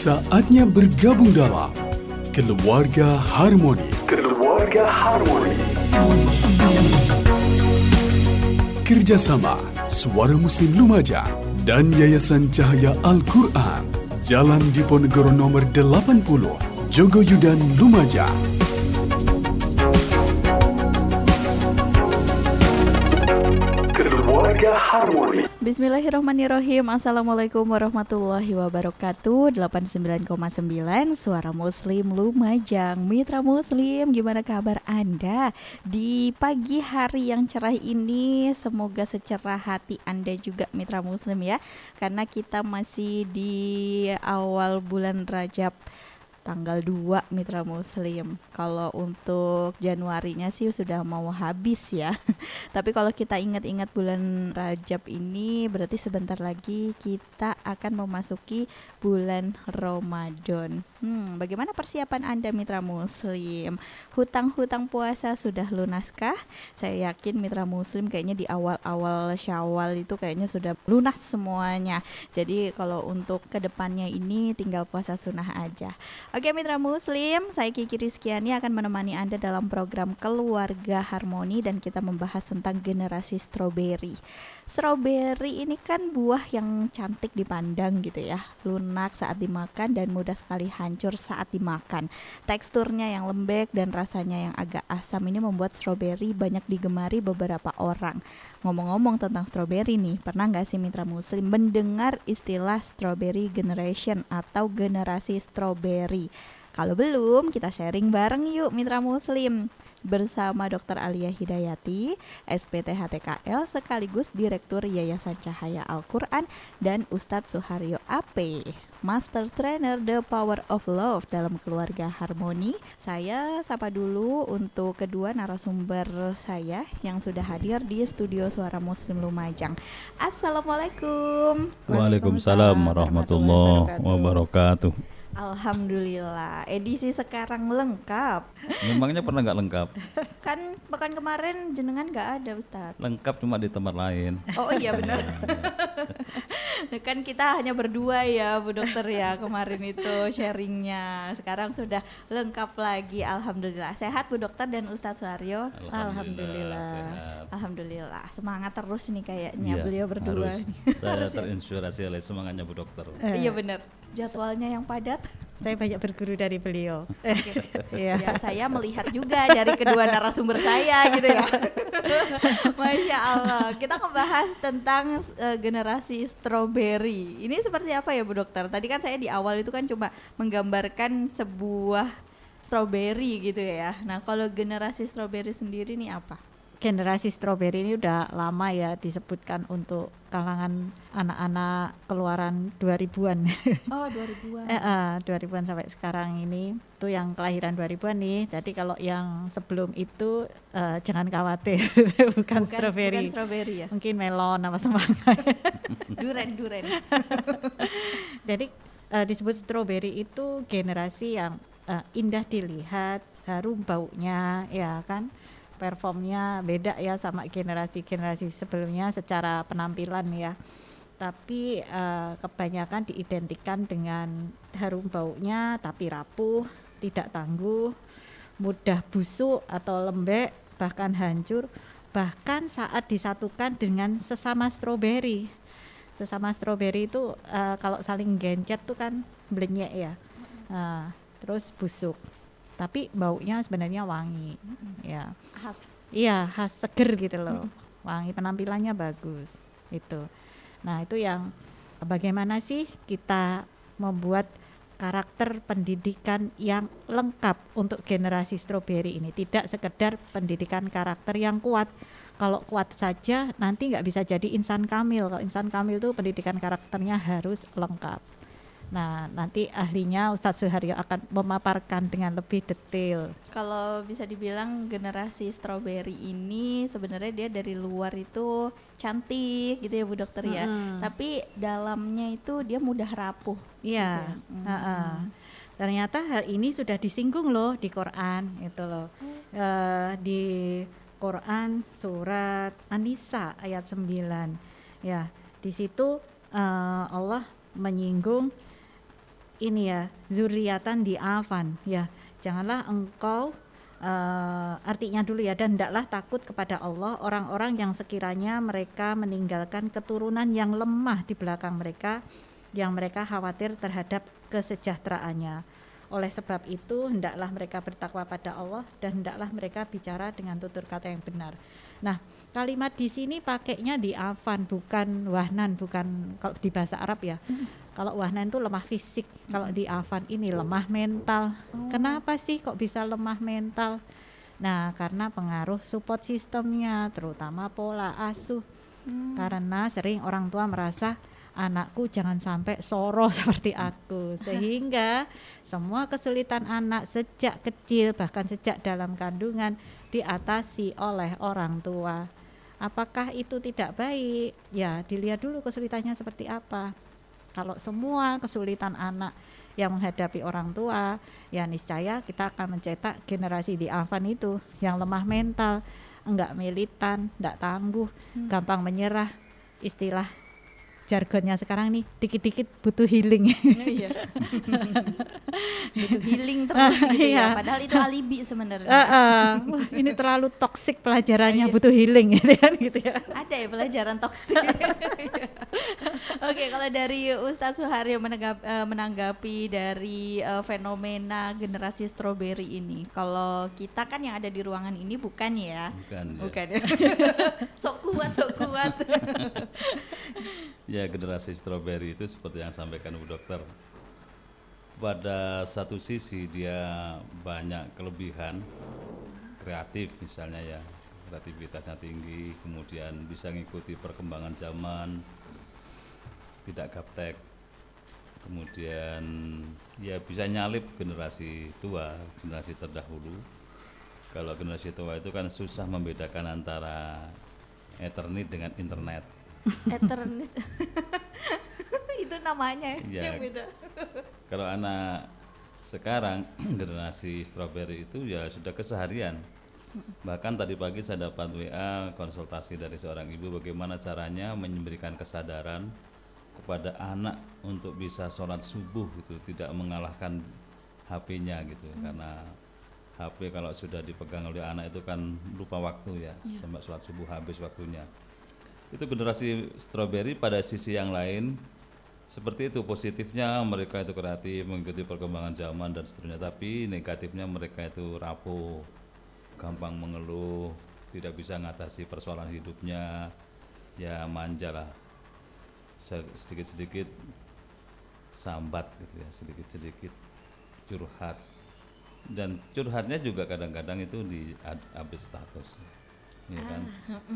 Saatnya bergabung dalam Keluarga Harmoni. Keluarga Harmoni. Kerjasama Suara Muslim Lumajang dan Yayasan Cahaya Al-Quran, Jalan Diponegoro nomor 80, Jogoyudan, Lumajang. Keluarga Harmoni. Bismillahirrahmanirrahim. Assalamualaikum warahmatullahi wabarakatuh. 89,9 Suara Muslim Lumajang. Mitra Muslim, gimana kabar Anda di pagi hari yang cerah ini? Semoga secerah hati Anda juga Mitra Muslim ya. Karena kita masih di awal bulan Rajab, tanggal 2 Mitra Muslim. Kalau untuk Januarinya sih sudah mau habis ya. Tapi kalau kita ingat-ingat bulan Rajab ini, berarti sebentar lagi kita akan memasuki bulan Ramadan. Bagaimana persiapan Anda Mitra Muslim? Hutang-hutang puasa sudah lunaskah? Saya yakin Mitra Muslim kayaknya di awal-awal Syawal itu kayaknya sudah lunas semuanya. Jadi kalau untuk kedepannya ini tinggal puasa sunnah aja. Oke Mitra Muslim, saya Kiki Rizkiani akan menemani Anda dalam program Keluarga Harmoni dan kita membahas tentang generasi stroberi. Stroberi ini kan buah yang cantik dipandang gitu ya, lunak saat dimakan dan mudah sekali hancur saat dimakan. Teksturnya yang lembek dan rasanya yang agak asam ini membuat stroberi banyak digemari beberapa orang. Ngomong-ngomong tentang stroberi nih, pernah gak sih Mitra Muslim mendengar istilah strawberry generation atau generasi stroberi? Kalau belum, kita sharing bareng yuk Mitra Muslim bersama Dr. Alia Hidayati, SPTHTKL sekaligus Direktur Yayasan Cahaya Al-Quran dan Ustadz Suharyo AP, Master Trainer The Power of Love dalam Keluarga Harmoni. Saya sapa dulu untuk kedua narasumber saya yang sudah hadir di studio Suara Muslim Lumajang. Assalamualaikum. Waalaikumsalam warahmatullahi wabarakatuh. Alhamdulillah, edisi sekarang lengkap. Memangnya pernah nggak lengkap? Kan pekan kemarin jenengan nggak ada Ustadz. Lengkap cuma di tempat lain. Oh iya benar. Kan kita hanya berdua ya Bu Dokter ya kemarin itu sharingnya. Sekarang sudah lengkap lagi. Alhamdulillah. Sehat Bu Dokter dan Ustadz Suharyo? Alhamdulillah. Sehat. Alhamdulillah. Semangat terus nih kayaknya beliau berdua. Saya terinspirasi oleh semangatnya Bu Dokter. Iya benar. Jadwalnya yang padat. Saya banyak berguru dari beliau. Ya, saya melihat juga dari kedua narasumber saya gitu ya. Masya Allah. Kita membahas tentang generasi stroberi. Ini seperti apa ya Bu Dokter? Tadi kan saya di awal itu kan cuma menggambarkan sebuah stroberi gitu ya. Nah kalau generasi stroberi sendiri nih apa? Generasi stroberi ini udah lama ya disebutkan untuk kalangan anak-anak keluaran 2000-an. Oh 2000-an. 2000-an sampai sekarang ini. Itu yang kelahiran 2000-an nih. Jadi kalau yang sebelum itu jangan khawatir. bukan stroberi. Bukan stroberi ya? Mungkin melon apa semangka. Duren. Jadi disebut stroberi itu generasi yang indah dilihat, harum baunya ya kan. Performnya beda ya sama generasi-generasi sebelumnya secara penampilan ya. Tapi kebanyakan diidentikan dengan harum baunya tapi rapuh, tidak tangguh, mudah busuk atau lembek, bahkan hancur, bahkan saat disatukan dengan sesama stroberi. Sesama stroberi itu kalau saling gencet tuh kan blenyek ya. Terus busuk. Tapi baunya sebenarnya wangi, ya. Khas. Iya, khas seger gitu loh. Wangi, penampilannya bagus, itu. Nah itu yang bagaimana sih kita membuat karakter pendidikan yang lengkap untuk generasi stroberi ini. Tidak sekedar pendidikan karakter yang kuat. Kalau kuat saja nanti nggak bisa jadi insan kamil. Kalau insan kamil itu pendidikan karakternya harus lengkap. Nah, nanti ahlinya Ustadz Suharyo akan memaparkan dengan lebih detail. Kalau bisa dibilang generasi stroberi ini sebenarnya dia dari luar itu cantik gitu ya Bu Dokter ya. Tapi dalamnya itu dia mudah rapuh. Iya. Gitu ya. Ternyata hal ini sudah disinggung loh di Quran itu loh. Di Quran surat An-Nisa ayat 9. Ya, di situ Allah menyinggung ini ya, zuriatan di'afan ya. Janganlah engkau artinya dulu ya, dan hendaklah takut kepada Allah orang-orang yang sekiranya mereka meninggalkan keturunan yang lemah di belakang mereka, yang mereka khawatir terhadap kesejahteraannya. Oleh sebab itu hendaklah mereka bertakwa pada Allah dan hendaklah mereka bicara dengan tutur kata yang benar. Nah, kalimat di sini pakainya di'afan, bukan wahnan, bukan kalau di bahasa Arab ya. Kalau wahnan itu lemah fisik, kalau di'afan ini lemah mental. Kenapa sih kok bisa lemah mental? Nah, karena pengaruh support sistemnya, terutama pola asuh. Karena sering orang tua merasa anakku jangan sampai soro seperti aku, sehingga semua kesulitan anak sejak kecil, bahkan sejak dalam kandungan, diatasi oleh orang tua. Apakah itu tidak baik? Ya, dilihat dulu kesulitannya seperti apa. Kalau semua kesulitan anak yang menghadapi orang tua, ya niscaya kita akan mencetak generasi di'afan itu yang lemah mental, enggak militan, enggak tangguh, gampang menyerah. Istilah jargonnya sekarang nih, dikit-dikit butuh healing. Iya. Butuh healing terus gitu ya. Padahal itu alibi sebenarnya. Wah, ini terlalu toksik pelajarannya, butuh healing gitu ya. Ada ya pelajaran toksik. Oke, kalau dari Ustadz Suharyo menanggapi dari fenomena generasi strawberry ini, kalau kita kan yang ada di ruangan ini bukan ya? Bukan ya. Sok kuat. Ya, generasi strawberry itu seperti yang sampaikan Bu Dokter. Pada satu sisi dia banyak kelebihan, kreatif misalnya ya, kreativitasnya tinggi, kemudian bisa mengikuti perkembangan zaman, tidak gaptek, kemudian ya bisa nyalip generasi tua, generasi terdahulu. Kalau generasi tua itu kan susah membedakan antara Ethernet dengan internet. Ethernet. Itu namanya ya, yang beda. Kalau anak sekarang generasi strawberry itu ya sudah keseharian. Bahkan tadi pagi saya dapat WA konsultasi dari seorang ibu bagaimana caranya memberikan kesadaran kepada anak untuk bisa sholat subuh gitu, tidak mengalahkan HP-nya gitu. Karena HP kalau sudah dipegang oleh anak itu kan lupa waktu ya, sampai sholat subuh habis waktunya. Itu generasi strawberry. Pada sisi yang lain seperti itu, positifnya mereka itu kreatif, mengikuti perkembangan zaman dan seterusnya, tapi negatifnya mereka itu rapuh, gampang mengeluh, tidak bisa mengatasi persoalan hidupnya, ya manja lah, sedikit-sedikit sambat gitu ya, sedikit-sedikit curhat, dan curhatnya juga kadang-kadang itu di update status. Ya kan,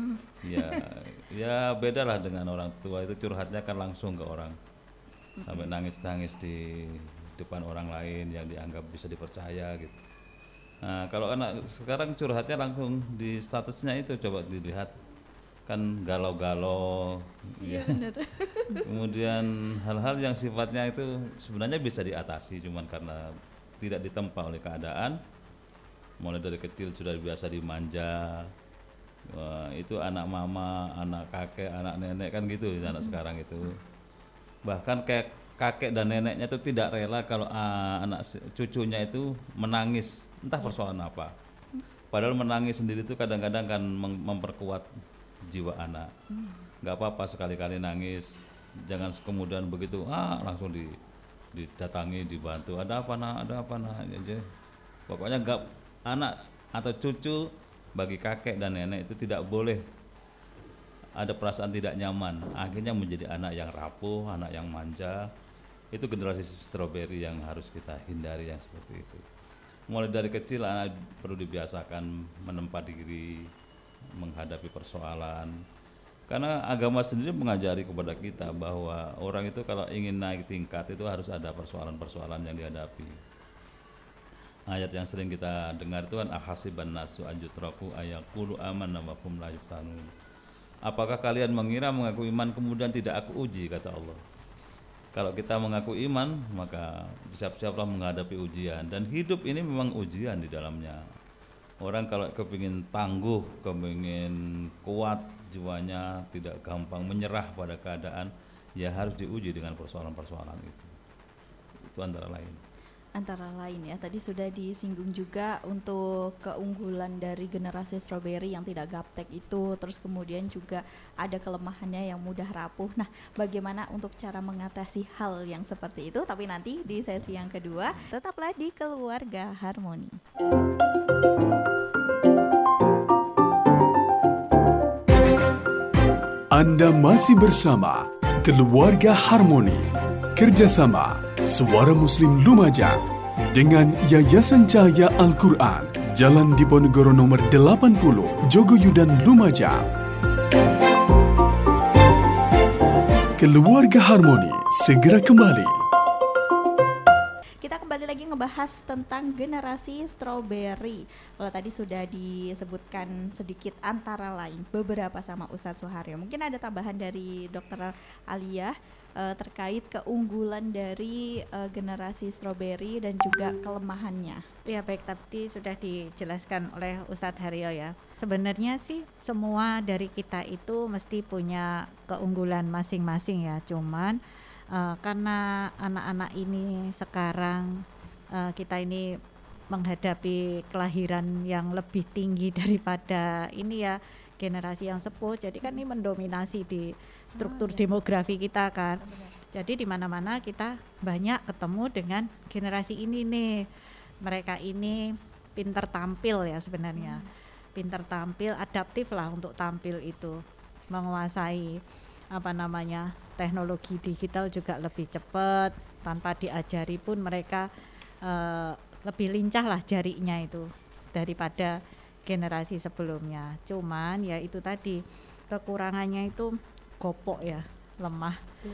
ya beda lah dengan orang tua, itu curhatnya kan langsung ke orang, sampai nangis-nangis di depan orang lain yang dianggap bisa dipercaya gitu. Nah, kalau anak sekarang curhatnya langsung di statusnya itu, coba dilihat kan galau-galau, ya. Kemudian hal-hal yang sifatnya itu sebenarnya bisa diatasi, cuman karena tidak ditempa oleh keadaan, mulai dari kecil sudah biasa dimanja. Wah, itu anak mama, anak kakek, anak nenek kan gitu anak sekarang itu. Bahkan kayak kakek dan neneknya itu tidak rela kalau anak cucunya itu menangis, entah persoalan apa. Padahal menangis sendiri itu kadang-kadang kan memperkuat jiwa anak. Nggak apa-apa sekali-kali nangis, jangan kemudian begitu langsung didatangi, dibantu. Ada apa nak? Ada apa nak? Aja. Pokoknya nggak, anak atau cucu bagi kakek dan nenek itu tidak boleh ada perasaan tidak nyaman, akhirnya menjadi anak yang rapuh, anak yang manja. Itu generasi strawberry yang harus kita hindari yang seperti itu. Mulai dari kecil anak perlu dibiasakan menempa diri, menghadapi persoalan. Karena agama sendiri mengajari kepada kita bahwa orang itu kalau ingin naik tingkat itu harus ada persoalan-persoalan yang dihadapi. Ayat yang sering kita dengar itu kan ahasiban nasu anjutraku ayaqulu amanna wa hum la yuftanun. Apakah kalian mengira mengaku iman kemudian tidak aku uji, kata Allah. Kalau kita mengaku iman maka siap-siaplah menghadapi ujian, dan hidup ini memang ujian di dalamnya. Orang kalau kepingin tangguh, kepingin kuat jiwanya, tidak gampang menyerah pada keadaan, ya harus diuji dengan persoalan-persoalan itu. Itu Itu antara lain. Antara lain ya, tadi sudah disinggung juga untuk keunggulan dari generasi strawberry yang tidak gaptek itu, terus kemudian juga ada kelemahannya yang mudah rapuh. Nah, bagaimana untuk cara mengatasi hal yang seperti itu? Tapi nanti di sesi yang kedua, tetaplah di Keluarga Harmoni. Anda masih bersama Keluarga Harmoni, kerjasama Suara Muslim Lumajang dengan Yayasan Cahaya Al-Quran, Jalan Diponegoro nomor 80, Jogoyudan, Lumajang. Keluarga Harmoni segera kembali. Kita kembali lagi ngebahas tentang generasi strawberry. Kalau tadi sudah disebutkan sedikit antara lain beberapa sama Ustadz Suharyo. Mungkin ada tambahan dari Dr. Alia terkait keunggulan dari generasi strawberry dan juga kelemahannya. Ya baik, tadi sudah dijelaskan oleh Ustadz Haryo ya. Sebenarnya sih semua dari kita itu mesti punya keunggulan masing-masing ya. Cuman karena anak-anak ini sekarang kita ini menghadapi kelahiran yang lebih tinggi daripada ini ya, generasi yang sepuh, jadi kan ini mendominasi di struktur demografi kita kan. Jadi di mana-mana kita banyak ketemu dengan generasi ini nih. Mereka ini pintar tampil ya sebenarnya. Pintar tampil, adaptif lah untuk tampil itu. Menguasai teknologi digital juga lebih cepat, tanpa diajari pun mereka lebih lincah lah jarinya itu daripada generasi sebelumnya. Cuman ya itu tadi, kekurangannya itu gopok ya, lemah,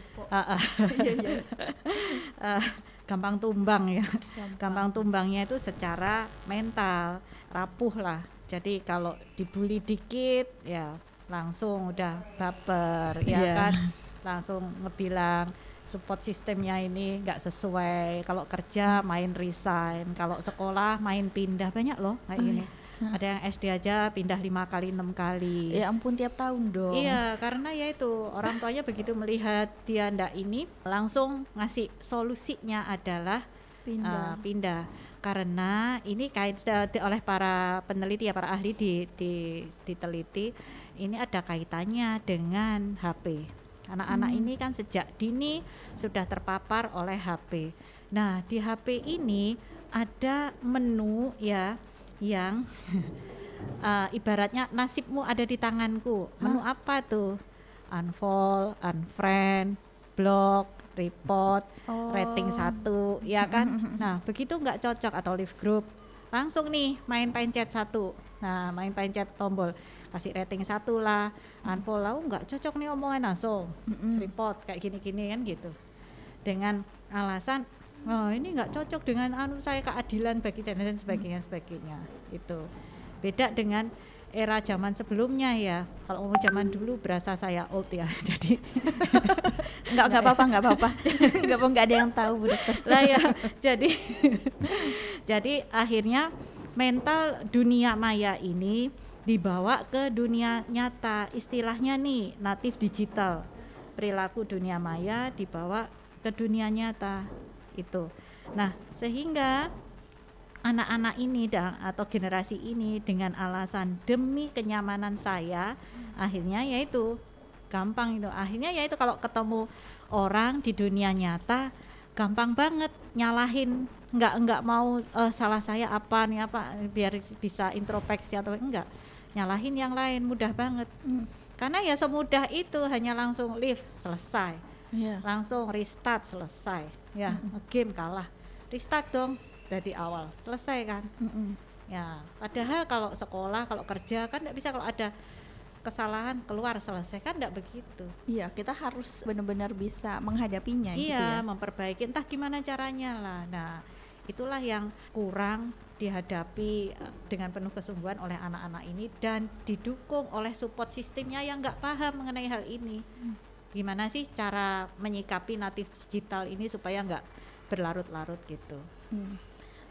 gampang tumbang ya. Gampang tumbangnya itu secara mental, rapuh lah. Jadi kalau dibully dikit ya langsung udah baper ya kan, langsung ngebilang support sistemnya ini nggak sesuai. Kalau kerja main resign, kalau sekolah main pindah, banyak loh kayak gini. Ada yang SD aja pindah 5 kali 6 kali. Ya ampun, tiap tahun dong. Iya, karena ya itu orang tuanya begitu melihat dia ndak ini, langsung ngasih solusinya adalah pindah. Karena ini oleh para peneliti ya, para ahli diteliti, ini ada kaitannya dengan HP. Anak-anak ini kan sejak dini sudah terpapar oleh HP. Nah, di HP ini ada menu ya yang ibaratnya nasibmu ada di tanganku. Menu apa tuh? Unfollow, unfriend, block, report, rating 1, ya kan? Nah, begitu nggak cocok atau leave group, langsung nih main pencet 1. Nah, main pencet tombol, kasih rating 1 lah, unfollow, nggak cocok nih omongan, langsung report kayak gini-gini kan gitu. Dengan alasan ini nggak cocok dengan saya, keadilan bagi dan sebagainya itu. Beda dengan era zaman sebelumnya ya. Kalau mau zaman dulu berasa saya old ya. Jadi nggak apa-apa. nggak ada yang tahu Bu Dokter. Lah ya, jadi akhirnya mental dunia maya ini dibawa ke dunia nyata. Istilahnya nih natif digital. Perilaku dunia maya dibawa ke dunia nyata. Itu. Nah, sehingga anak-anak ini atau generasi ini dengan alasan demi kenyamanan saya, akhirnya yaitu gampang itu. Akhirnya yaitu kalau ketemu orang di dunia nyata gampang banget nyalahin, enggak mau salah saya apa biar bisa introspeksi atau enggak. Nyalahin yang lain mudah banget. Karena ya semudah itu, hanya langsung leave, selesai. Langsung restart, selesai. Ya, game kalah, restart dong dari awal, selesai kan. Ya, padahal kalau sekolah, kalau kerja kan tidak bisa, kalau ada kesalahan keluar selesai kan, tidak begitu. Iya, kita harus benar-benar bisa menghadapinya. Iya, gitu ya? memperbaiki, entah gimana caranya lah. Nah, itulah yang kurang dihadapi dengan penuh kesungguhan oleh anak-anak ini, dan didukung oleh support sistemnya yang nggak paham mengenai hal ini. Gimana sih cara menyikapi natif digital ini supaya nggak berlarut-larut gitu.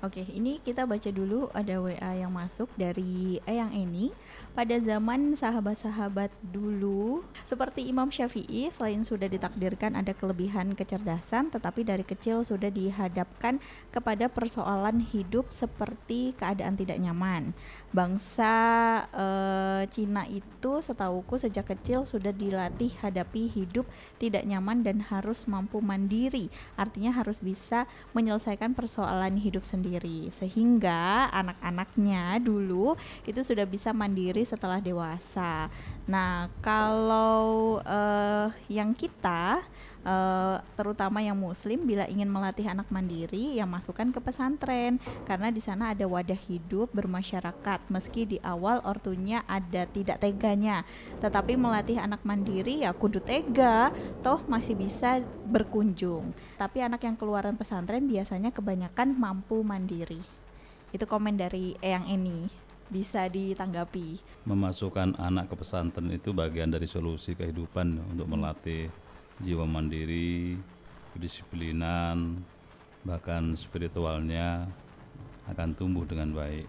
Oke, ini kita baca dulu, ada WA yang masuk dari Eyang Eni. Pada zaman sahabat-sahabat dulu, seperti Imam Syafi'i, selain sudah ditakdirkan ada kelebihan kecerdasan, tetapi dari kecil sudah dihadapkan kepada persoalan hidup seperti keadaan tidak nyaman. Bangsa Cina itu setauku sejak kecil sudah dilatih hadapi hidup tidak nyaman dan harus mampu mandiri. Artinya harus bisa menyelesaikan persoalan hidup sendiri, sehingga anak-anaknya dulu itu sudah bisa mandiri setelah dewasa. Nah, kalau yang kita terutama yang muslim, bila ingin melatih anak mandiri, yang masukkan ke pesantren, karena di sana ada wadah hidup bermasyarakat. Meski di awal ortunya ada tidak teganya, tetapi melatih anak mandiri ya kudu tega, toh masih bisa berkunjung. Tapi anak yang keluaran pesantren biasanya kebanyakan mampu mandiri. Itu komen dari Eyang Eni, bisa ditanggapi. Memasukkan anak ke pesantren itu bagian dari solusi kehidupan untuk melatih jiwa mandiri, kedisiplinan, bahkan spiritualnya akan tumbuh dengan baik.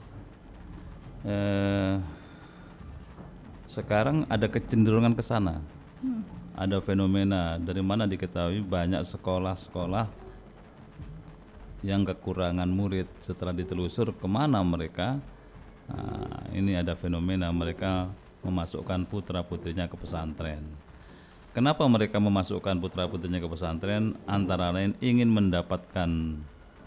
Sekarang ada kecenderungan ke sana. Ada fenomena dari mana diketahui banyak sekolah-sekolah yang kekurangan murid. Setelah ditelusur kemana mereka, ini ada fenomena mereka memasukkan putra-putrinya ke pesantren. Kenapa mereka memasukkan putra-putrinya ke pesantren? Antara lain ingin mendapatkan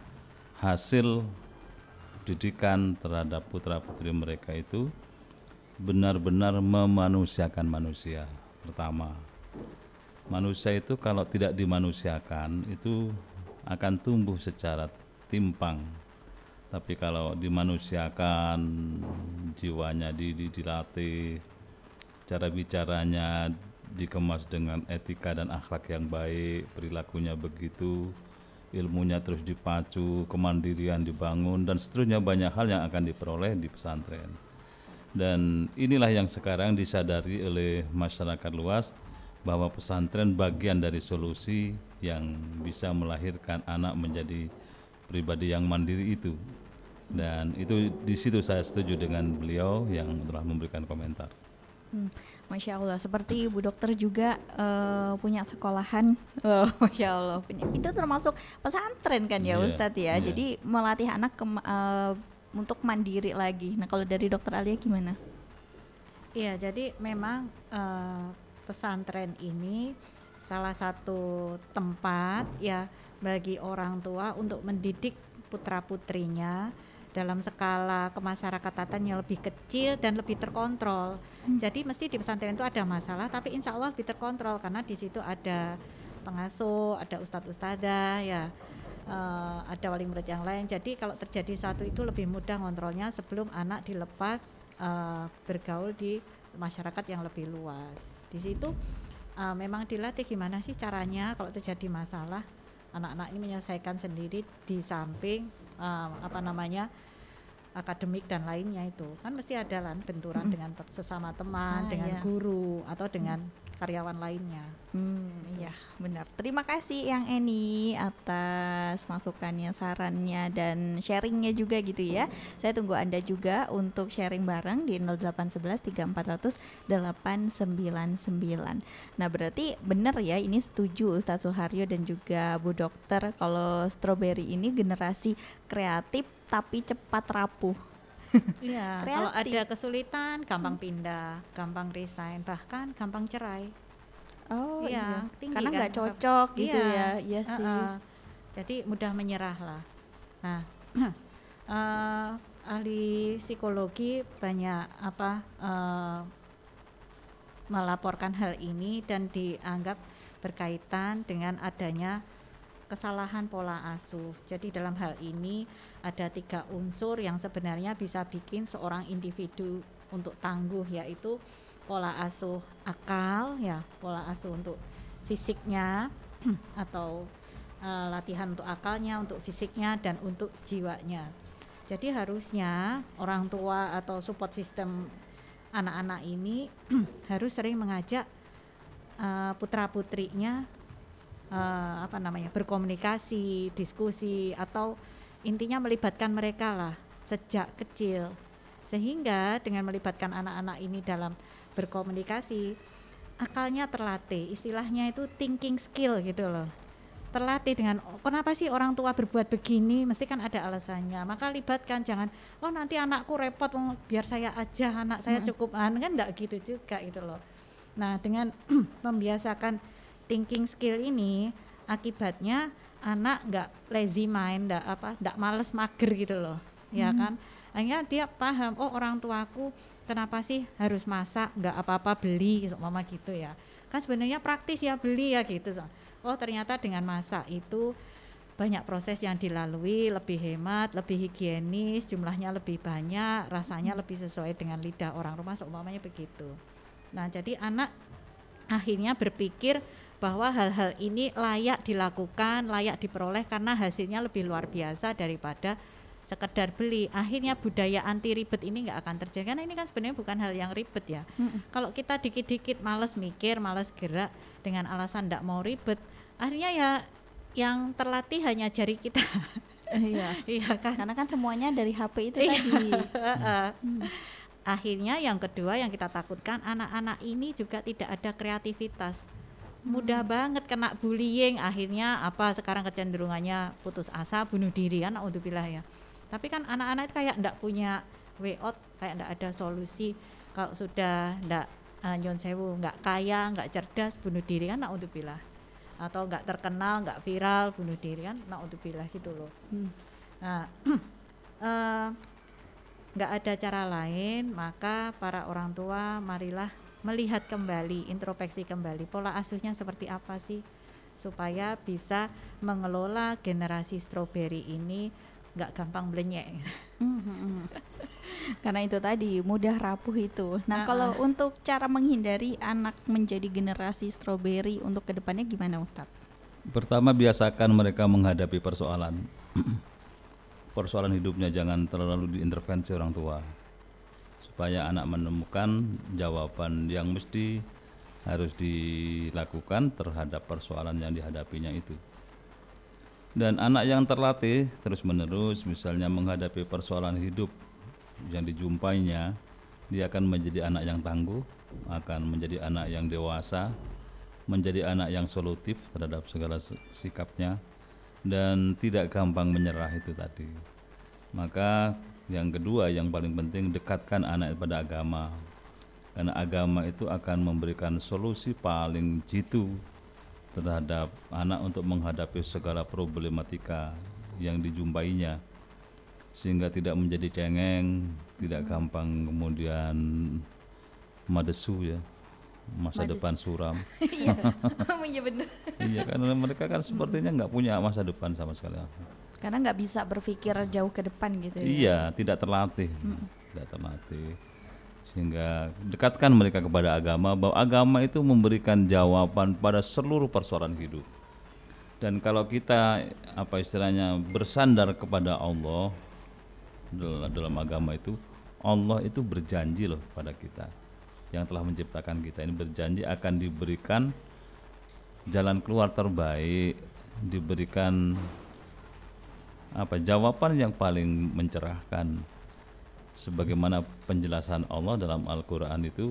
hasil didikan terhadap putra-putri mereka itu benar-benar memanusiakan manusia. Pertama, manusia itu kalau tidak dimanusiakan itu akan tumbuh secara timpang. Tapi kalau dimanusiakan, jiwanya dilatih, cara bicaranya dikemas dengan etika dan akhlak yang baik, perilakunya begitu, ilmunya terus dipacu, kemandirian dibangun, dan seterusnya, banyak hal yang akan diperoleh di pesantren. Dan inilah yang sekarang disadari oleh masyarakat luas, bahwa pesantren bagian dari solusi yang bisa melahirkan anak menjadi pribadi yang mandiri itu. Dan itu di situ saya setuju dengan beliau yang telah memberikan komentar. Masya Allah, seperti Bu Dokter juga punya sekolahan, Masya Allah, itu termasuk pesantren kan ya, Ustadz ya. Jadi melatih anak untuk mandiri lagi. Nah, kalau dari Dokter Alia gimana? Iya, jadi memang pesantren ini salah satu tempat ya bagi orang tua untuk mendidik putra-putrinya dalam skala kemasyarakatan yang lebih kecil dan lebih terkontrol. Jadi mesti di pesantren itu ada masalah, tapi insya Allah lebih terkontrol karena di situ ada pengasuh, ada ustadz-ustadzah, ya, ada wali murid yang lain. Jadi kalau terjadi satu itu lebih mudah ngontrolnya sebelum anak dilepas bergaul di masyarakat yang lebih luas. Di situ memang dilatih gimana sih caranya kalau terjadi masalah, anak-anak ini menyelesaikan sendiri di samping akademik dan lainnya. Itu kan mesti ada lah benturan dengan sesama teman, dengan guru atau dengan karyawan lainnya. Iya benar. Terima kasih yang Eni atas masukannya, sarannya dan sharingnya juga gitu ya. Saya tunggu Anda juga untuk sharing bareng di 0811 3400 899. Nah, berarti benar ya, ini setuju Ustadz Suharyo dan juga Bu Dokter kalau Strawberry ini generasi kreatif tapi cepat rapuh. Iya, kalau ada kesulitan gampang pindah, gampang resign, bahkan gampang cerai. Oh iya, tinggi karena nggak kan? cocok gitu ya. Iya sih. Jadi mudah menyerah lah. Nah, ahli psikologi banyak melaporkan hal ini dan dianggap berkaitan dengan adanya kesalahan pola asuh. Jadi dalam hal ini ada 3 unsur yang sebenarnya bisa bikin seorang individu untuk tangguh, yaitu pola asuh akal, ya, pola asuh untuk fisiknya atau latihan untuk akalnya, untuk fisiknya dan untuk jiwanya. Jadi harusnya orang tua atau support system anak-anak ini harus sering mengajak putra-putrinya berkomunikasi, diskusi, atau intinya melibatkan mereka lah sejak kecil, sehingga dengan melibatkan anak-anak ini dalam berkomunikasi, akalnya terlatih, istilahnya itu thinking skill gitu loh, terlatih dengan kenapa sih orang tua berbuat begini, mesti kan ada alasannya, maka libatkan, jangan nanti anakku repot, biar saya aja, anak saya cukup, kan enggak gitu juga gitu loh. Nah dengan membiasakan thinking skill ini, akibatnya anak enggak lazy mind, enggak males mager gitu loh, ya kan, akhirnya dia paham, orang tuaku kenapa sih harus masak, nggak apa-apa beli, mama gitu ya. Kan sebenarnya praktis ya beli ya gitu. Ternyata dengan masak itu banyak proses yang dilalui, lebih hemat, lebih higienis, jumlahnya lebih banyak, rasanya lebih sesuai dengan lidah orang rumah, seumpamanya begitu. Nah jadi anak akhirnya berpikir bahwa hal-hal ini layak dilakukan, layak diperoleh karena hasilnya lebih luar biasa daripada sekedar beli. Akhirnya budaya anti ribet ini nggak akan terjadi, karena ini kan sebenarnya bukan hal yang ribet ya. Kalau kita dikit-dikit malas mikir, malas gerak dengan alasan nggak mau ribet, akhirnya ya yang terlatih hanya jari kita. Iya kan, karena kan semuanya dari HP itu tadi. Akhirnya yang kedua yang kita takutkan, anak-anak ini juga tidak ada kreativitas, mudah banget kena bullying. Akhirnya sekarang kecenderungannya putus asa, bunuh diri kan, naudzubillah ya. Tapi kan anak-anak itu kayak enggak punya way out, kayak enggak ada solusi. Kalau sudah enggak nyon sewu, enggak kaya, enggak cerdas, bunuh diri kan, naudzubillah. Atau enggak terkenal, enggak viral, bunuh diri kan, naudzubillah gitu loh. Nah, enggak ada cara lain, maka para orang tua marilah melihat kembali, introspeksi kembali pola asuhnya seperti apa sih, supaya bisa mengelola generasi stroberi ini nggak gampang blenyek. Karena itu tadi mudah rapuh itu. Nah kalau untuk cara menghindari anak menjadi generasi stroberi untuk kedepannya gimana Ustadz? Pertama, biasakan mereka menghadapi persoalan. Persoalan hidupnya jangan terlalu diintervensi orang tua, supaya anak menemukan jawaban yang mesti harus dilakukan terhadap persoalan yang dihadapinya itu. Dan anak yang terlatih terus-menerus misalnya menghadapi persoalan hidup yang dijumpainya, dia akan menjadi anak yang tangguh, akan menjadi anak yang dewasa, menjadi anak yang solutif terhadap segala sikapnya, dan tidak gampang menyerah itu tadi. Maka yang kedua yang paling penting, dekatkan anak pada agama, karena agama itu akan memberikan solusi paling jitu terhadap anak untuk menghadapi segala problematika yang dijumpainya, sehingga tidak menjadi cengeng, tidak gampang kemudian madesu ya, masa depan suram. Iya benar. Iya, karena mereka kan sepertinya nggak punya masa depan sama sekali. Karena nggak bisa berpikir jauh ke depan gitu ya. Iya, tidak terlatih, tidak terlatih. Sehingga dekatkan mereka kepada agama, bahwa agama itu memberikan jawaban pada seluruh persoalan hidup. Dan kalau kita istilahnya bersandar kepada Allah dalam agama itu, Allah itu berjanji loh pada kita yang telah menciptakan kita ini, berjanji akan diberikan jalan keluar terbaik, diberikan jawaban yang paling mencerahkan. Sebagaimana penjelasan Allah dalam Al-Quran itu,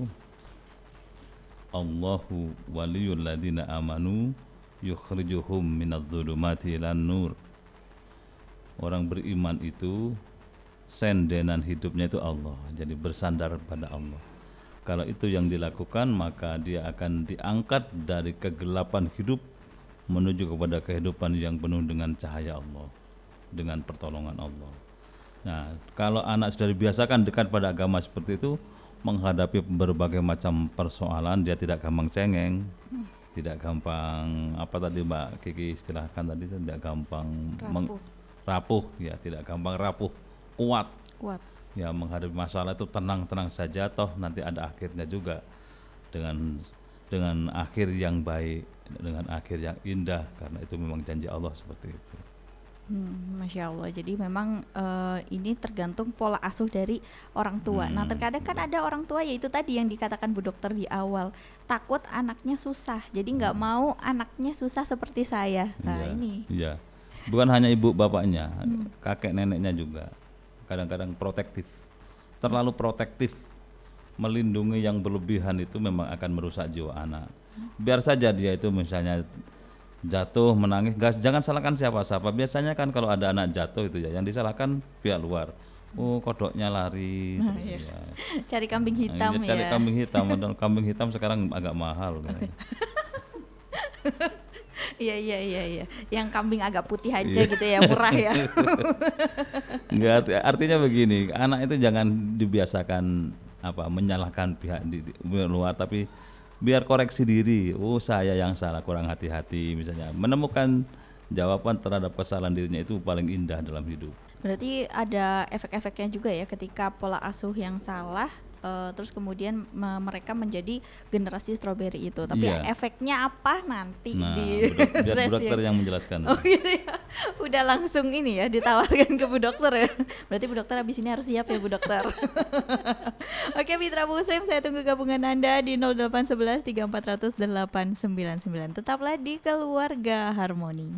Allahu waliyul ladina amanu yukhrijuhum minadh-dhulumati ilan nur. Orang beriman itu sendenan hidupnya itu Allah, jadi bersandar pada Allah. Kalau itu yang dilakukan, maka dia akan diangkat dari kegelapan hidup menuju kepada kehidupan yang penuh dengan cahaya Allah, dengan pertolongan Allah. Nah, kalau anak sudah dibiasakan dekat pada agama seperti itu, menghadapi berbagai macam persoalan, dia tidak gampang cengeng, tidak gampang Mbak Kiki istilahkan tadi, tidak gampang rapuh, ya, tidak gampang rapuh, kuat. Ya, menghadapi masalah itu tenang-tenang saja, toh nanti ada akhirnya juga dengan akhir yang baik, dengan akhir yang indah, karena itu memang janji Allah seperti itu. Masya Allah. Jadi memang ini tergantung pola asuh dari orang tua. Nah terkadang kan ada orang tua, yaitu tadi yang dikatakan Bu Dokter di awal, takut anaknya susah, jadi nggak mau anaknya susah seperti saya. Nah ini. Iya. Bukan hanya ibu bapaknya, kakek neneknya juga kadang-kadang protektif, terlalu protektif, melindungi yang berlebihan itu memang akan merusak jiwa anak. Biar saja dia itu misalnya jatuh menangis, jangan salahkan siapa-siapa. Biasanya kan kalau ada anak jatuh itu ya yang disalahkan pihak luar. Oh, kodoknya lari. Iya. Ya. Cari kambing hitam ya. Cari kambing hitam, dan kambing hitam sekarang agak mahal. Iya. Yang kambing agak putih aja gitu ya, murah ya. Enggak, artinya begini, anak itu jangan dibiasakan menyalahkan pihak di luar, tapi biar koreksi diri. Oh, saya yang salah, kurang hati-hati misalnya. Menemukan jawaban terhadap kesalahan dirinya itu paling indah dalam hidup. Berarti ada efek-efeknya juga ya ketika pola asuh yang salah, terus kemudian mereka menjadi generasi stroberi itu. Tapi efeknya apa nanti di biar Bu Dokter yang menjelaskan. Oh gitu ya. Udah langsung ini ya ditawarkan ke Bu Dokter ya. Berarti Bu Dokter habis ini harus siap ya Bu Dokter. Oke Mitra Muslim, saya tunggu gabungan Anda di 0811 3400 899. Tetaplah di Keluarga Harmoni.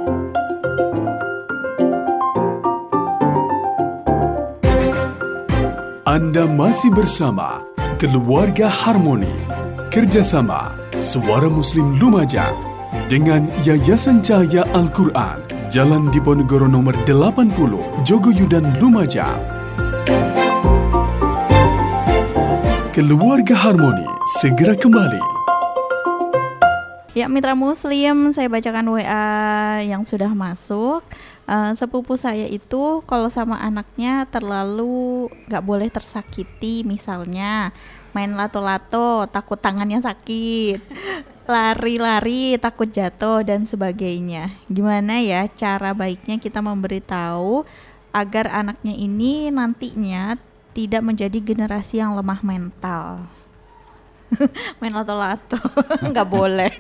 Anda masih bersama Keluarga Harmoni, kerjasama Suara Muslim Lumajang dengan Yayasan Cahaya Al-Quran, Jalan Diponegoro nomor 80, Jogoyudan, Lumajang. Keluarga Harmoni segera kembali. Ya Mitra Muslim, saya bacakan WA yang sudah masuk. Sepupu saya itu kalau sama anaknya terlalu gak boleh tersakiti. Misalnya main lato-lato takut tangannya sakit, lari-lari takut jatuh dan sebagainya. Gimana ya cara baiknya kita memberitahu agar anaknya ini nantinya tidak menjadi generasi yang lemah mental? Main lato-lato nggak boleh.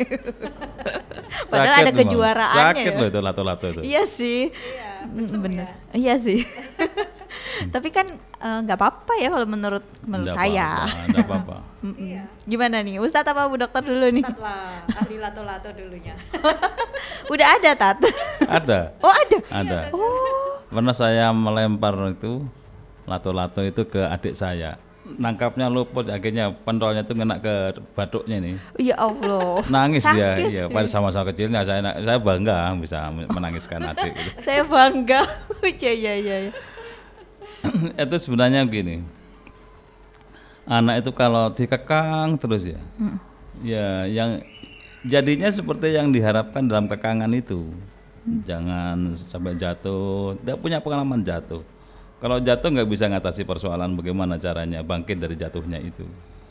Padahal ada kejuaraannya. Sakit loh itu lato-lato itu. Iya sih. Benar. Iya sih. Tapi kan nggak apa-apa ya kalau menurut saya. Nggak apa-apa. Gimana nih Ustadz apa Bu Dokter dulu nih? Ustadz lah, ahli lato-lato dulunya. Udah ada Tat? Ada. Oh ada. Ada. Oh. Pernah saya melempar itu lato-lato itu ke adik saya. Nangkapnya luput, akhirnya pentolnya itu kena ke batuknya nih. Ya Allah. Nangis dia, sakit. iya. Pada sama-sama kecilnya saya bangga bisa menangiskan adik. Gitu. Saya bangga. Iya. Itu sebenarnya begini. Anak itu kalau dikekang terus ya, ya yang jadinya seperti yang diharapkan dalam kekangan itu. Jangan sampai jatuh. Tidak punya pengalaman jatuh. Kalau jatuh nggak bisa ngatasi persoalan, bagaimana caranya bangkit dari jatuhnya itu.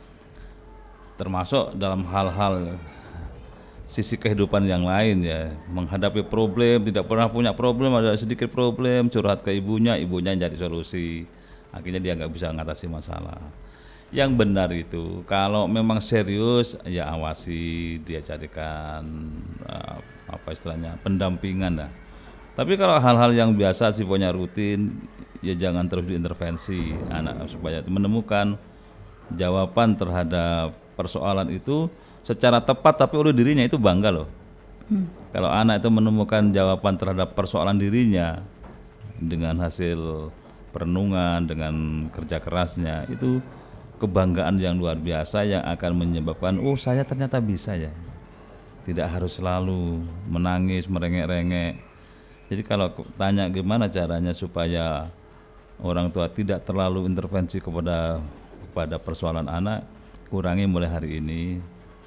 Termasuk dalam hal-hal sisi kehidupan yang lain ya, menghadapi problem, tidak pernah punya problem, ada sedikit problem, curhat ke ibunya cari solusi, akhirnya dia nggak bisa ngatasi masalah. Yang benar itu, kalau memang serius ya awasi, dia carikan pendampingan lah. Tapi kalau hal-hal yang biasa sifatnya rutin, ya jangan terus diintervensi anak supaya menemukan jawaban terhadap persoalan itu secara tepat, tapi oleh dirinya itu bangga loh. Kalau anak itu menemukan jawaban terhadap persoalan dirinya dengan hasil perenungan, dengan kerja kerasnya, itu kebanggaan yang luar biasa yang akan menyebabkan saya ternyata bisa ya. Tidak harus selalu menangis, merengek-rengek. Jadi kalau tanya gimana caranya supaya orang tua tidak terlalu intervensi kepada persoalan anak, kurangi mulai hari ini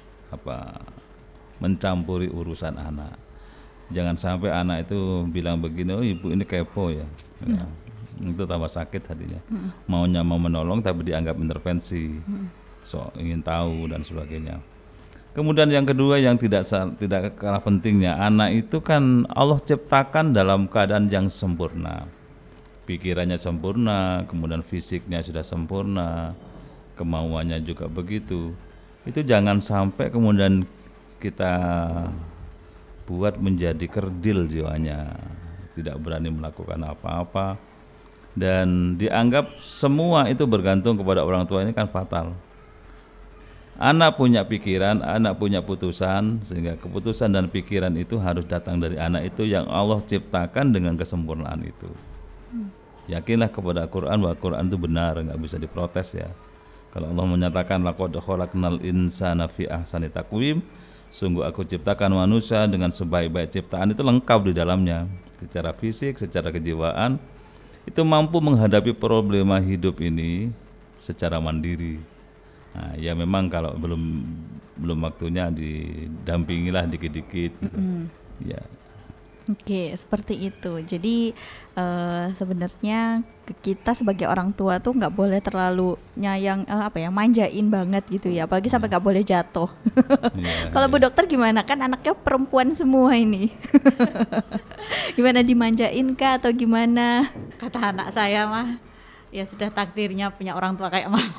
mencampuri urusan anak. Jangan sampai anak itu bilang begini, ibu ini kepo ya. Itu tambah sakit hatinya. Maunya mau menolong tapi dianggap intervensi. Ingin tahu dan sebagainya. Kemudian yang kedua yang tidak kalah pentingnya, anak itu kan Allah ciptakan dalam keadaan yang sempurna. Pikirannya sempurna, kemudian fisiknya sudah sempurna, kemauannya juga begitu. Itu jangan sampai kemudian kita buat menjadi kerdil jiwanya, tidak berani melakukan apa-apa, dan dianggap semua itu bergantung kepada orang tua, ini kan fatal. Anak punya pikiran, anak punya putusan, sehingga keputusan dan pikiran itu harus datang dari anak itu yang Allah ciptakan dengan kesempurnaan itu. Yakinlah kepada Al-Quran bahwa Al-Quran itu benar, nggak bisa diprotes ya. Kalau Allah menyatakan laqad khalaqnal insana fi ahsani taqwim, sungguh aku ciptakan manusia dengan sebaik-baik ciptaan, itu lengkap di dalamnya secara fisik, secara kejiwaan, itu mampu menghadapi problema hidup ini secara mandiri. Nah, ya memang kalau belum waktunya didampingilah dikit-dikit gitu. Ya. Oke, seperti itu. Jadi sebenarnya kita sebagai orang tua tuh nggak boleh terlalu nyayang manjain banget gitu ya. Apalagi sampai nggak boleh jatuh. Kalau Bu Dokter gimana? Kan anaknya perempuan semua ini. Gimana, dimanjain kah atau gimana? Kata anak saya mah, ya sudah takdirnya punya orang tua kayak mama.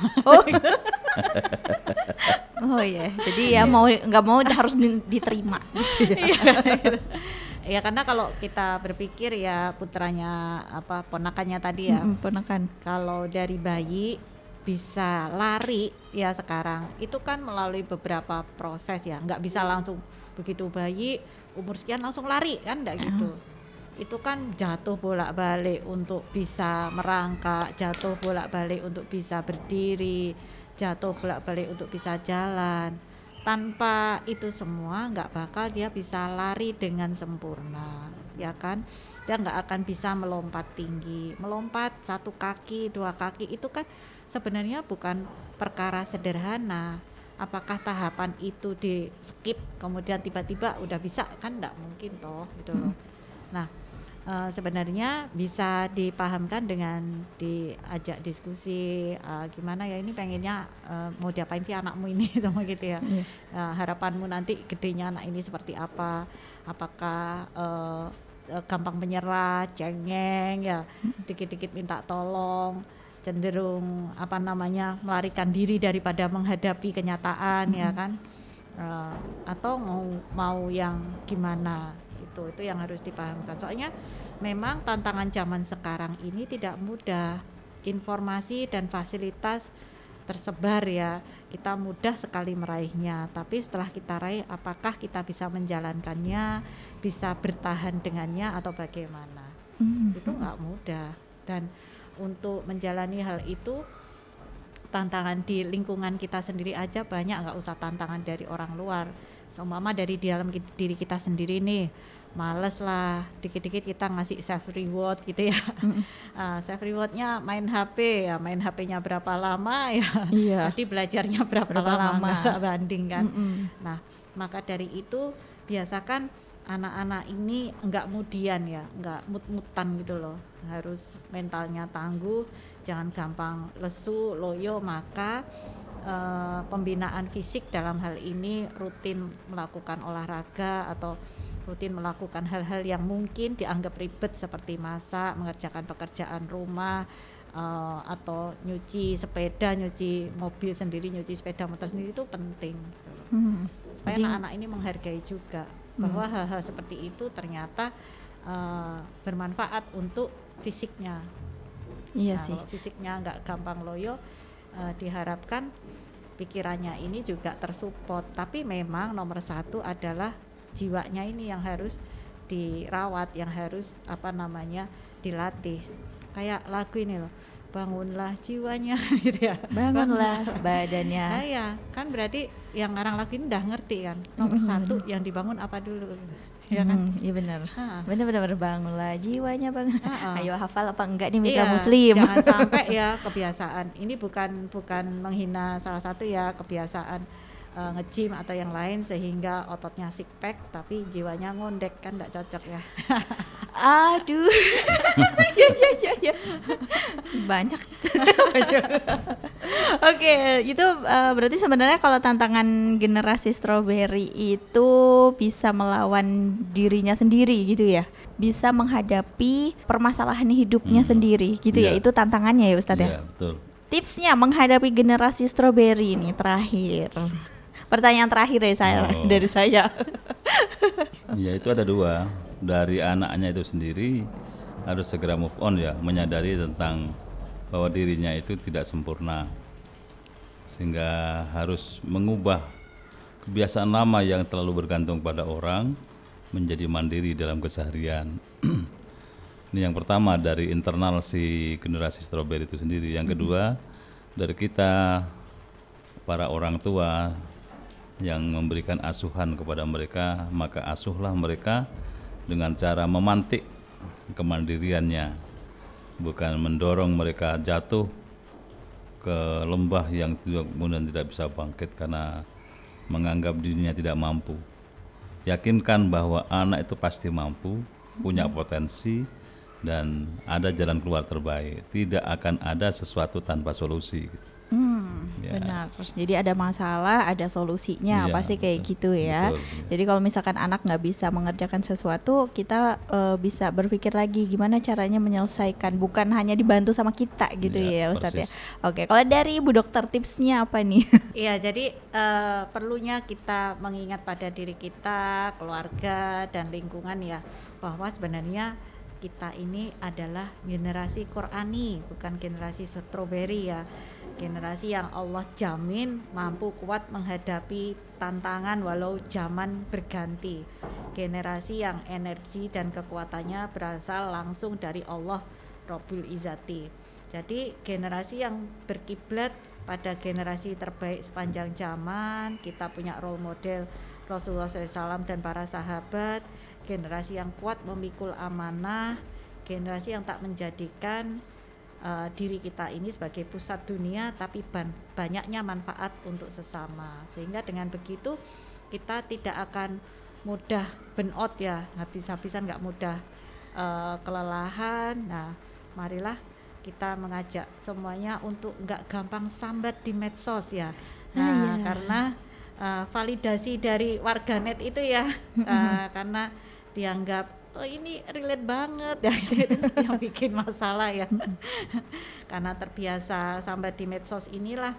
Oh ya, jadi ya mau nggak mau harus diterima. Gitu ya. Ya karena kalau kita berpikir ya putranya ponakannya tadi ya, ponakan. Kalau dari bayi bisa lari ya sekarang itu kan melalui beberapa proses ya, nggak bisa langsung begitu bayi umur sekian langsung lari kan, nggak gitu. Itu kan jatuh bolak-balik untuk bisa merangkak, jatuh bolak-balik untuk bisa berdiri, jatuh bolak-balik untuk bisa jalan. Tanpa itu semua nggak bakal dia bisa lari dengan sempurna, ya kan? Dia nggak akan bisa melompat tinggi, melompat 1 kaki, 2 kaki itu kan sebenarnya bukan perkara sederhana. Apakah tahapan itu di skip kemudian tiba-tiba udah bisa, kan nggak mungkin toh gitu loh. Nah, sebenarnya bisa dipahamkan dengan diajak diskusi, gimana ya ini pengennya mau diapain sih anakmu ini sama gitu ya. Harapanmu nanti gedenya anak ini seperti apa, apakah gampang menyerah, cengeng ya, dikit-dikit minta tolong, cenderung melarikan diri daripada menghadapi kenyataan ya kan, atau mau yang gimana. Itu yang harus dipahamkan. Soalnya memang tantangan zaman sekarang ini tidak mudah. Informasi dan fasilitas tersebar ya. Kita mudah sekali meraihnya. Tapi setelah kita raih, apakah kita bisa menjalankannya, bisa bertahan dengannya atau bagaimana? Itu nggak mudah. Dan untuk menjalani hal itu, tantangan di lingkungan kita sendiri aja banyak, nggak usah tantangan dari orang luar. Seumpama dari dalam diri kita sendiri nih, males lah, dikit-dikit kita ngasih self reward gitu ya. Self rewardnya main HP ya, main HP-nya berapa lama ya, jadi belajarnya berapa lama, nggak usah banding kan. Nah, maka dari itu biasakan anak-anak ini enggak mudian ya, enggak mut-mutan gitu loh, harus mentalnya tangguh, jangan gampang lesu, loyo. Maka pembinaan fisik dalam hal ini rutin melakukan olahraga atau rutin melakukan hal-hal yang mungkin dianggap ribet seperti masak, mengerjakan pekerjaan rumah, atau nyuci sepeda, nyuci mobil sendiri, nyuci sepeda motor sendiri, itu penting supaya anak-anak ini menghargai juga bahwa hal-hal seperti itu ternyata bermanfaat untuk fisiknya. Iya sih. Kalau fisiknya nggak gampang loyo, diharapkan pikirannya ini juga tersupport. Tapi memang nomor 1 adalah jiwanya ini yang harus dirawat, yang harus dilatih. Kayak lagu ini loh, bangunlah jiwanya gitu ya. Bangunlah badannya. Nah ya, kan berarti yang ngarang lagu ini udah ngerti kan. Nomor 1 yang dibangun apa dulu? Ya kan? Iya benar. Benar-benar bangunlah jiwanya, Bang. Ayo hafal apa enggak nih mitra muslim. Jangan sampai ya kebiasaan. Ini bukan menghina salah satu ya, kebiasaan nge-gym atau yang lain sehingga ototnya six pack tapi jiwanya ngondek, kan enggak cocok ya. Aduh. Ya. Banyak. Oke, itu berarti sebenarnya kalau tantangan generasi strawberry itu bisa melawan dirinya sendiri gitu ya. Bisa menghadapi permasalahan hidupnya sendiri gitu ya. Itu tantangannya ya Ustadz ya. Iya, betul. Tipsnya menghadapi generasi strawberry ini terakhir. Pertanyaan terakhir dari saya. Ya, itu ada 2. Dari anaknya itu sendiri harus segera move on ya, menyadari tentang bahwa dirinya itu tidak sempurna. sehingga harus mengubah kebiasaan lama yang terlalu bergantung pada orang menjadi mandiri dalam keseharian. Ini yang pertama dari internal si generasi strawberry itu sendiri. Yang kedua dari kita para orang tua yang memberikan asuhan kepada mereka, maka asuhlah mereka dengan cara memantik kemandiriannya, bukan mendorong mereka jatuh ke lembah yang kemudian tidak bisa bangkit karena menganggap dirinya tidak mampu. Yakinkan bahwa anak itu pasti mampu, punya potensi, dan ada jalan keluar terbaik. Tidak akan ada sesuatu tanpa solusi. Ya. Benar. Jadi ada masalah, ada solusinya, Iya, pasti kayak betul. gitu ya. Betul. Jadi kalau misalkan anak nggak bisa mengerjakan sesuatu, kita bisa berpikir lagi gimana caranya menyelesaikan, bukan hanya dibantu sama kita gitu ya, Iya, Ustadz ya. persis. Oke, kalau dari Ibu Dokter tipsnya apa nih? Iya, jadi perlunya kita mengingat pada diri kita, keluarga dan lingkungan ya, bahwa sebenarnya kita ini adalah generasi Qur'ani, bukan generasi strawberry ya. Generasi yang Allah jamin mampu kuat menghadapi tantangan walau zaman berganti. Generasi yang energi dan kekuatannya berasal langsung dari Allah Rabbul Izzati. Jadi generasi yang berkiblat pada generasi terbaik sepanjang zaman. Kita punya role model Rasulullah SAW dan para sahabat. Generasi yang kuat memikul amanah. Generasi yang tak menjadikan diri kita ini sebagai pusat dunia, tapi banyaknya manfaat untuk sesama. Sehingga dengan begitu kita tidak akan mudah burn out ya, habis-habisan, nggak mudah kelelahan. Nah, marilah kita mengajak semuanya untuk nggak gampang sambat di medsos ya. Nah, karena validasi dari warganet itu ya, karena dianggap oh ini relate banget ya, itu yang bikin masalah ya. Karena terbiasa sampai di medsos inilah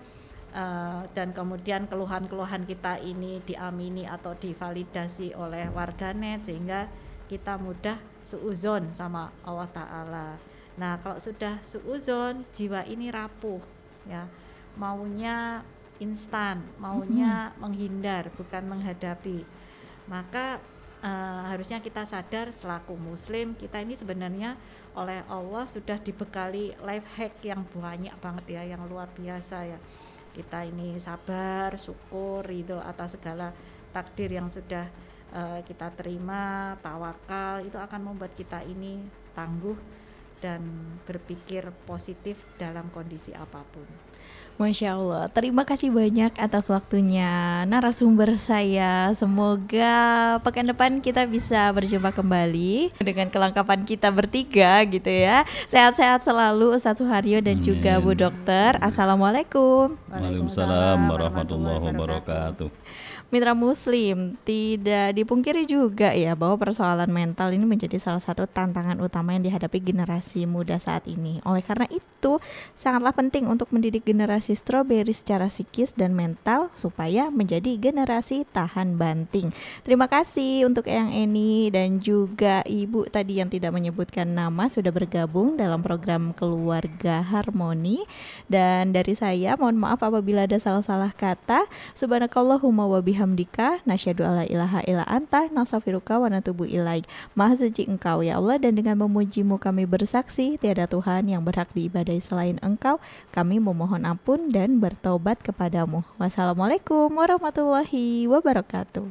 dan kemudian keluhan-keluhan kita ini diamini atau divalidasi oleh warganet, sehingga kita mudah suuzon sama Allah Ta'ala. Nah, kalau sudah suuzon, jiwa ini rapuh ya, maunya instan, maunya menghindar bukan menghadapi. Maka harusnya kita sadar selaku muslim, kita ini sebenarnya oleh Allah sudah dibekali life hack yang banyak banget ya, yang luar biasa ya. Kita ini sabar, syukur itu atas segala takdir yang sudah kita terima, tawakal, itu akan membuat kita ini tangguh dan berpikir positif dalam kondisi apapun. Masya Allah, terima kasih banyak atas waktunya narasumber saya. Semoga pekan depan kita bisa berjumpa kembali dengan kelengkapan kita bertiga gitu ya. Sehat-sehat selalu Ustadz Suharyo dan juga Bu Dokter. Assalamualaikum. Waalaikumsalam warahmatullahi wabarakatuh. Mitra Muslim, tidak dipungkiri juga ya bahwa persoalan mental ini menjadi salah satu tantangan utama yang dihadapi generasi muda saat ini. Oleh karena itu, sangatlah penting untuk mendidik generasi strawberry secara psikis dan mental supaya menjadi generasi tahan banting. Terima kasih untuk Eyang Eni dan juga Ibu tadi yang tidak menyebutkan nama sudah bergabung dalam program Keluarga Harmoni. Dan dari saya, mohon maaf apabila ada salah-salah kata. Subhanakallahumma wa bihamdika nasyhadu alla ilaha illa anta nastaghfiruka wa natubu ilaik. Maha suci Engkau ya Allah, dan dengan memujimu kami bersaksi tiada Tuhan yang berhak diibadahi selain Engkau. Kami memohon ampun dan bertaubat kepadamu. Wassalamualaikum warahmatullahi wabarakatuh.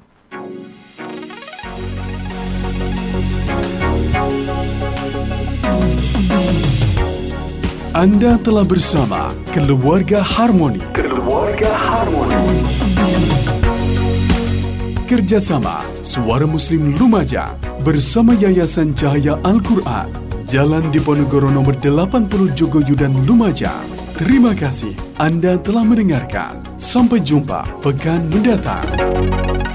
Anda telah bersama Keluarga Harmoni. Keluarga Harmoni. Kerjasama Suara Muslim Lumajang bersama Yayasan Cahaya Al-Quran, Jalan Diponegoro nomor 80 Jogoyudan Lumajang. Terima kasih Anda telah mendengarkan. Sampai jumpa pekan mendatang.